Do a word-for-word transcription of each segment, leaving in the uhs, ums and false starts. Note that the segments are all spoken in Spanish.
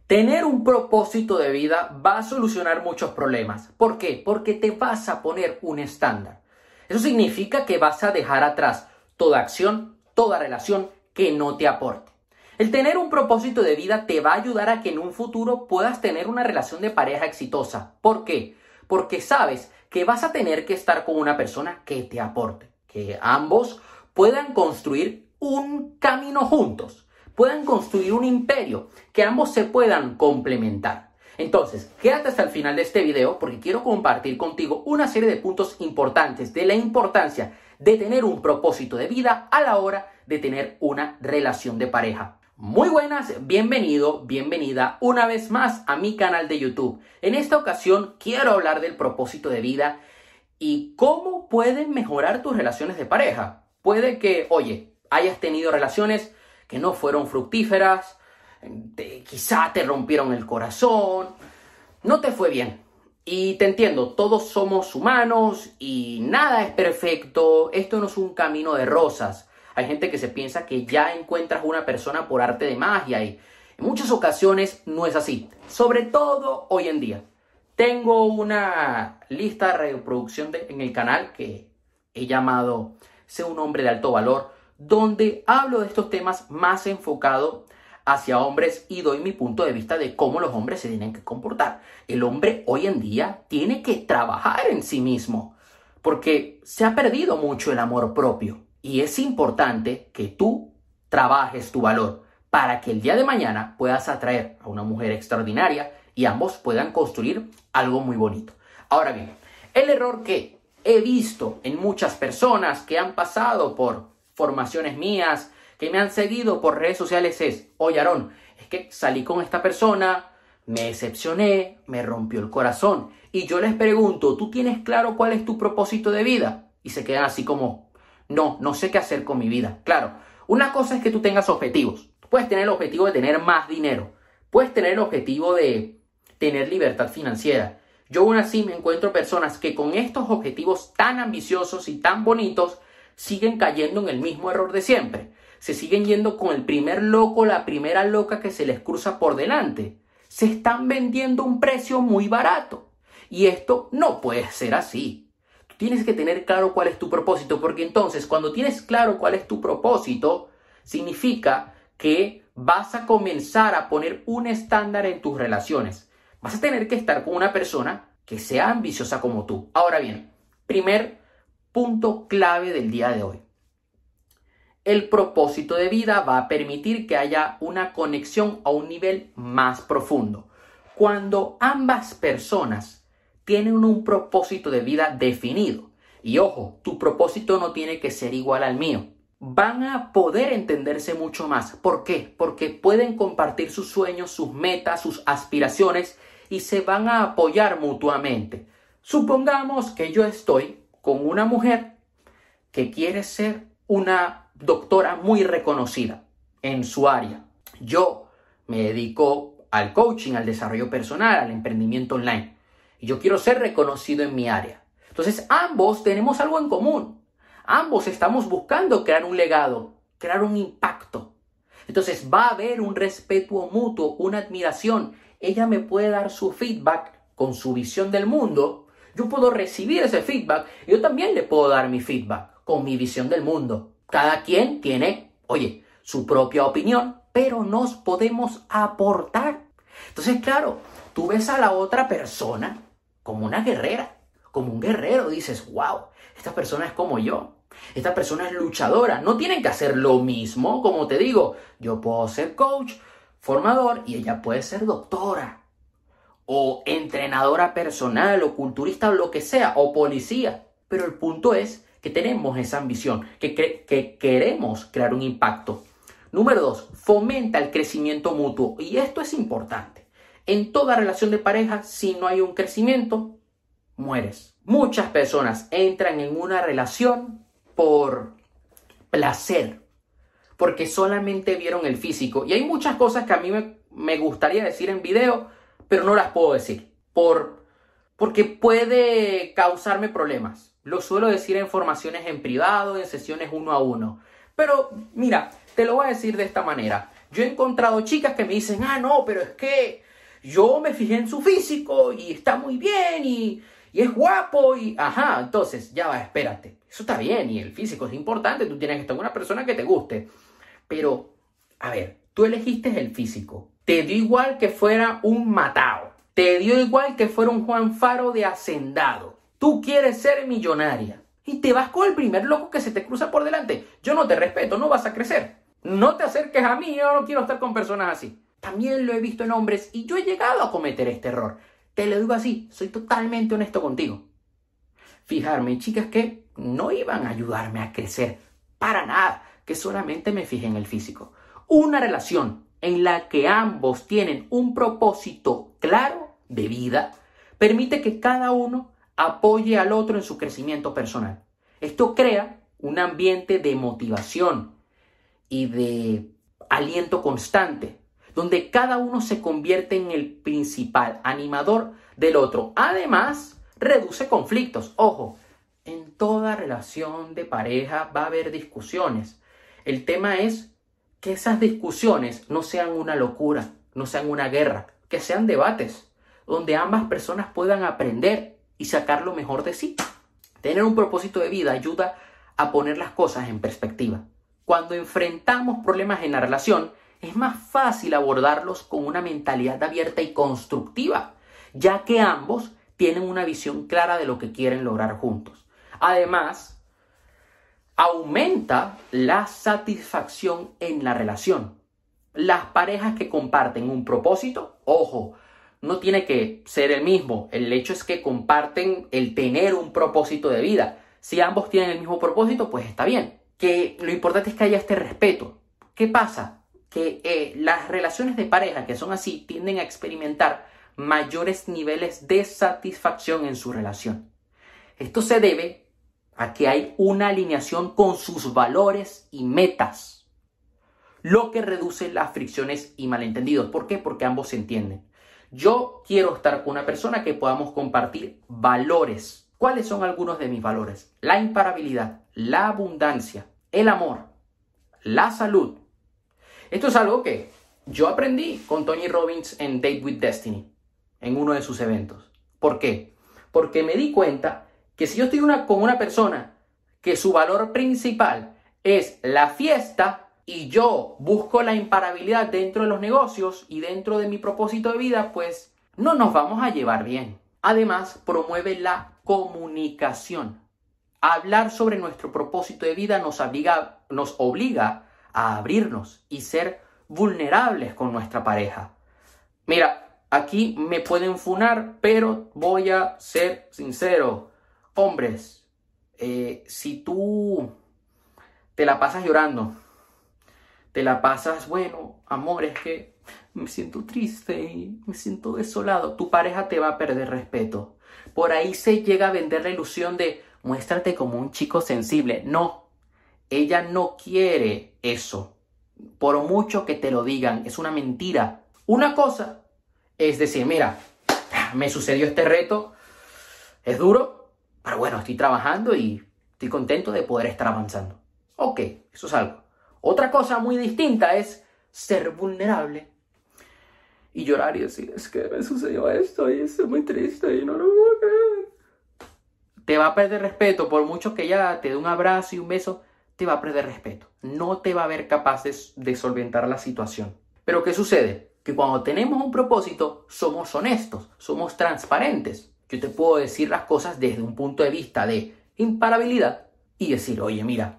Tener un propósito de vida va a solucionar muchos problemas. ¿Por qué? Porque te vas a poner un estándar. Eso significa que vas a dejar atrás toda acción, toda relación que no te aporte. El tener un propósito de vida te va a ayudar a que en un futuro puedas tener una relación de pareja exitosa. ¿Por qué? Porque sabes que vas a tener que estar con una persona que te aporte, que ambos puedan construir un camino juntos. Puedan construir un imperio, que ambos se puedan complementar. Entonces, quédate hasta el final de este video porque quiero compartir contigo una serie de puntos importantes de la importancia de tener un propósito de vida a la hora de tener una relación de pareja. Muy buenas, bienvenido, bienvenida una vez más a mi canal de YouTube. En esta ocasión quiero hablar del propósito de vida y cómo pueden mejorar tus relaciones de pareja. Puede que, oye, hayas tenido relaciones que no fueron fructíferas, te, quizá te rompieron el corazón, no te fue bien. Y te entiendo, todos somos humanos y nada es perfecto, esto no es un camino de rosas. Hay gente que se piensa que ya encuentras una persona por arte de magia y en muchas ocasiones no es así, sobre todo hoy en día. Tengo una lista de reproducción de, en el canal que he llamado Sé un hombre de alto valor, donde hablo de estos temas más enfocado hacia hombres y doy mi punto de vista de cómo los hombres se tienen que comportar. El hombre hoy en día tiene que trabajar en sí mismo porque se ha perdido mucho el amor propio y es importante que tú trabajes tu valor para que el día de mañana puedas atraer a una mujer extraordinaria y ambos puedan construir algo muy bonito. Ahora bien, el error que he visto en muchas personas que han pasado por formaciones mías, que me han seguido por redes sociales es, oye Aarón, es que salí con esta persona, me decepcioné, me rompió el corazón. Y yo les pregunto, ¿tú tienes claro cuál es tu propósito de vida? Y se quedan así como, no, no sé qué hacer con mi vida. Claro, una cosa es que tú tengas objetivos. Puedes tener el objetivo de tener más dinero. Puedes tener el objetivo de tener libertad financiera. Yo aún así me encuentro personas que con estos objetivos tan ambiciosos y tan bonitos siguen cayendo en el mismo error de siempre. Se siguen yendo con el primer loco, la primera loca que se les cruza por delante. Se están vendiendo a un precio muy barato. Y esto no puede ser así. Tú tienes que tener claro cuál es tu propósito, porque entonces cuando tienes claro cuál es tu propósito, significa que vas a comenzar a poner un estándar en tus relaciones. Vas a tener que estar con una persona que sea ambiciosa como tú. Ahora bien, primer punto clave del día de hoy. El propósito de vida va a permitir que haya una conexión a un nivel más profundo. Cuando ambas personas tienen un propósito de vida definido, y ojo, tu propósito no tiene que ser igual al mío, van a poder entenderse mucho más. ¿Por qué? Porque pueden compartir sus sueños, sus metas, sus aspiraciones y se van a apoyar mutuamente. Supongamos que yo estoy con una mujer que quiere ser una doctora muy reconocida en su área. Yo me dedico al coaching, al desarrollo personal, al emprendimiento online. Y yo quiero ser reconocido en mi área. Entonces, ambos tenemos algo en común. Ambos estamos buscando crear un legado, crear un impacto. Entonces, va a haber un respeto mutuo, una admiración. Ella me puede dar su feedback con su visión del mundo. Yo puedo recibir ese feedback. Yo también le puedo dar mi feedback con mi visión del mundo. Cada quien tiene, oye, su propia opinión, pero nos podemos aportar. Entonces, claro, tú ves a la otra persona como una guerrera, como un guerrero. Dices, wow, esta persona es como yo. Esta persona es luchadora. No tienen que hacer lo mismo. Como te digo, yo puedo ser coach, formador y ella puede ser doctora. O entrenadora personal, o culturista, o lo que sea, o policía. Pero el punto es que tenemos esa ambición, que, que, que queremos crear un impacto. Número dos, fomenta el crecimiento mutuo. Y esto es importante. En toda relación de pareja, si no hay un crecimiento, mueres. Muchas personas entran en una relación por placer, porque solamente vieron el físico. Y hay muchas cosas que a mí me, me gustaría decir en video, pero no las puedo decir, por, porque puede causarme problemas. Lo suelo decir en formaciones en privado, en sesiones uno a uno. Pero mira, te lo voy a decir de esta manera. Yo he encontrado chicas que me dicen, ah, no, pero es que yo me fijé en su físico y está muy bien y, y es guapo y, ajá, entonces, ya va, espérate. Eso está bien y el físico es importante, tú tienes que estar con una persona que te guste. Pero, a ver, tú elegiste el físico. Te dio igual que fuera un matao. Te dio igual que fuera un Juan Faro de hacendado. Tú quieres ser millonaria. Y te vas con el primer loco que se te cruza por delante. Yo no te respeto, no vas a crecer. No te acerques a mí, yo no quiero estar con personas así. También lo he visto en hombres y yo he llegado a cometer este error. Te lo digo así, soy totalmente honesto contigo. Fijarme en chicas que no iban a ayudarme a crecer para nada, que solamente me fijé en el físico. Una relación en la que ambos tienen un propósito claro de vida permite que cada uno apoye al otro en su crecimiento personal. Esto crea un ambiente de motivación y de aliento constante, donde cada uno se convierte en el principal animador del otro. Además, reduce conflictos. Ojo, en toda relación de pareja va a haber discusiones. El tema es que esas discusiones no sean una locura, no sean una guerra, que sean debates, donde ambas personas puedan aprender y sacar lo mejor de sí. Tener un propósito de vida ayuda a poner las cosas en perspectiva. Cuando enfrentamos problemas en la relación, es más fácil abordarlos con una mentalidad abierta y constructiva, ya que ambos tienen una visión clara de lo que quieren lograr juntos. Además, aumenta la satisfacción en la relación. Las parejas que comparten un propósito, ojo, no tiene que ser el mismo. El hecho es que comparten el tener un propósito de vida. Si ambos tienen el mismo propósito, pues está bien. Que lo importante es que haya este respeto. ¿Qué pasa? Que eh, las relaciones de pareja que son así tienden a experimentar mayores niveles de satisfacción en su relación. Esto se debe a que hay una alineación con sus valores y metas, lo que reduce las fricciones y malentendidos. ¿Por qué? Porque ambos se entienden. Yo quiero estar con una persona que podamos compartir valores. ¿Cuáles son algunos de mis valores? La imparabilidad, la abundancia, el amor, la salud. Esto es algo que yo aprendí con Tony Robbins en Date with Destiny, en uno de sus eventos. ¿Por qué? Porque me di cuenta que si yo estoy una, con una persona que su valor principal es la fiesta y yo busco la imparabilidad dentro de los negocios y dentro de mi propósito de vida, pues no nos vamos a llevar bien. Además, promueve la comunicación. Hablar sobre nuestro propósito de vida nos obliga, nos obliga a abrirnos y ser vulnerables con nuestra pareja. Mira, aquí me pueden funar, pero voy a ser sincero. Hombres, eh, si tú te la pasas llorando, te la pasas, bueno, amor, es que me siento triste y me siento desolado, tu pareja te va a perder respeto. Por ahí se llega a vender la ilusión de muéstrate como un chico sensible. No, ella no quiere eso. Por mucho que te lo digan, es una mentira. Una cosa es decir, mira, me sucedió este reto, es duro, pero bueno, estoy trabajando y estoy contento de poder estar avanzando. Ok, eso es algo. Otra cosa muy distinta es ser vulnerable y llorar y decir, es que me sucedió esto y estoy muy triste y no lo puedo creer. Te va a perder respeto, por mucho que ella te dé un abrazo y un beso, te va a perder respeto. No te va a ver capaz de, de solventar la situación. Pero ¿qué sucede? Que cuando tenemos un propósito, somos honestos, somos transparentes. Yo te puedo decir las cosas desde un punto de vista de imparabilidad y decir, oye, mira,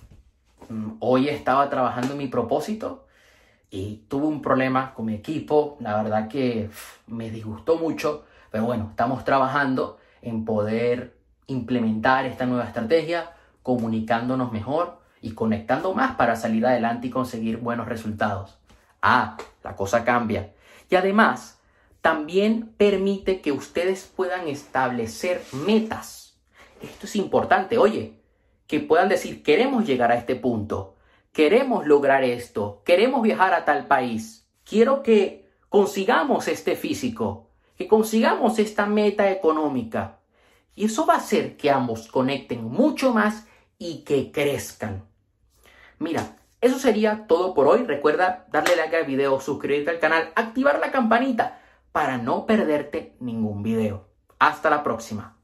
hoy estaba trabajando en mi propósito y tuve un problema con mi equipo. La verdad que me disgustó mucho, pero bueno, estamos trabajando en poder implementar esta nueva estrategia, comunicándonos mejor y conectando más para salir adelante y conseguir buenos resultados. Ah, la cosa cambia. Y además, también permite que ustedes puedan establecer metas. Esto es importante. Oye, que puedan decir, queremos llegar a este punto, queremos lograr esto, queremos viajar a tal país, quiero que consigamos este físico, que consigamos esta meta económica. Y eso va a hacer que ambos conecten mucho más y que crezcan. Mira, Eso sería todo por hoy. Recuerda darle like al video, suscribirte al canal, activar la campanita para no perderte ningún video. Hasta la próxima.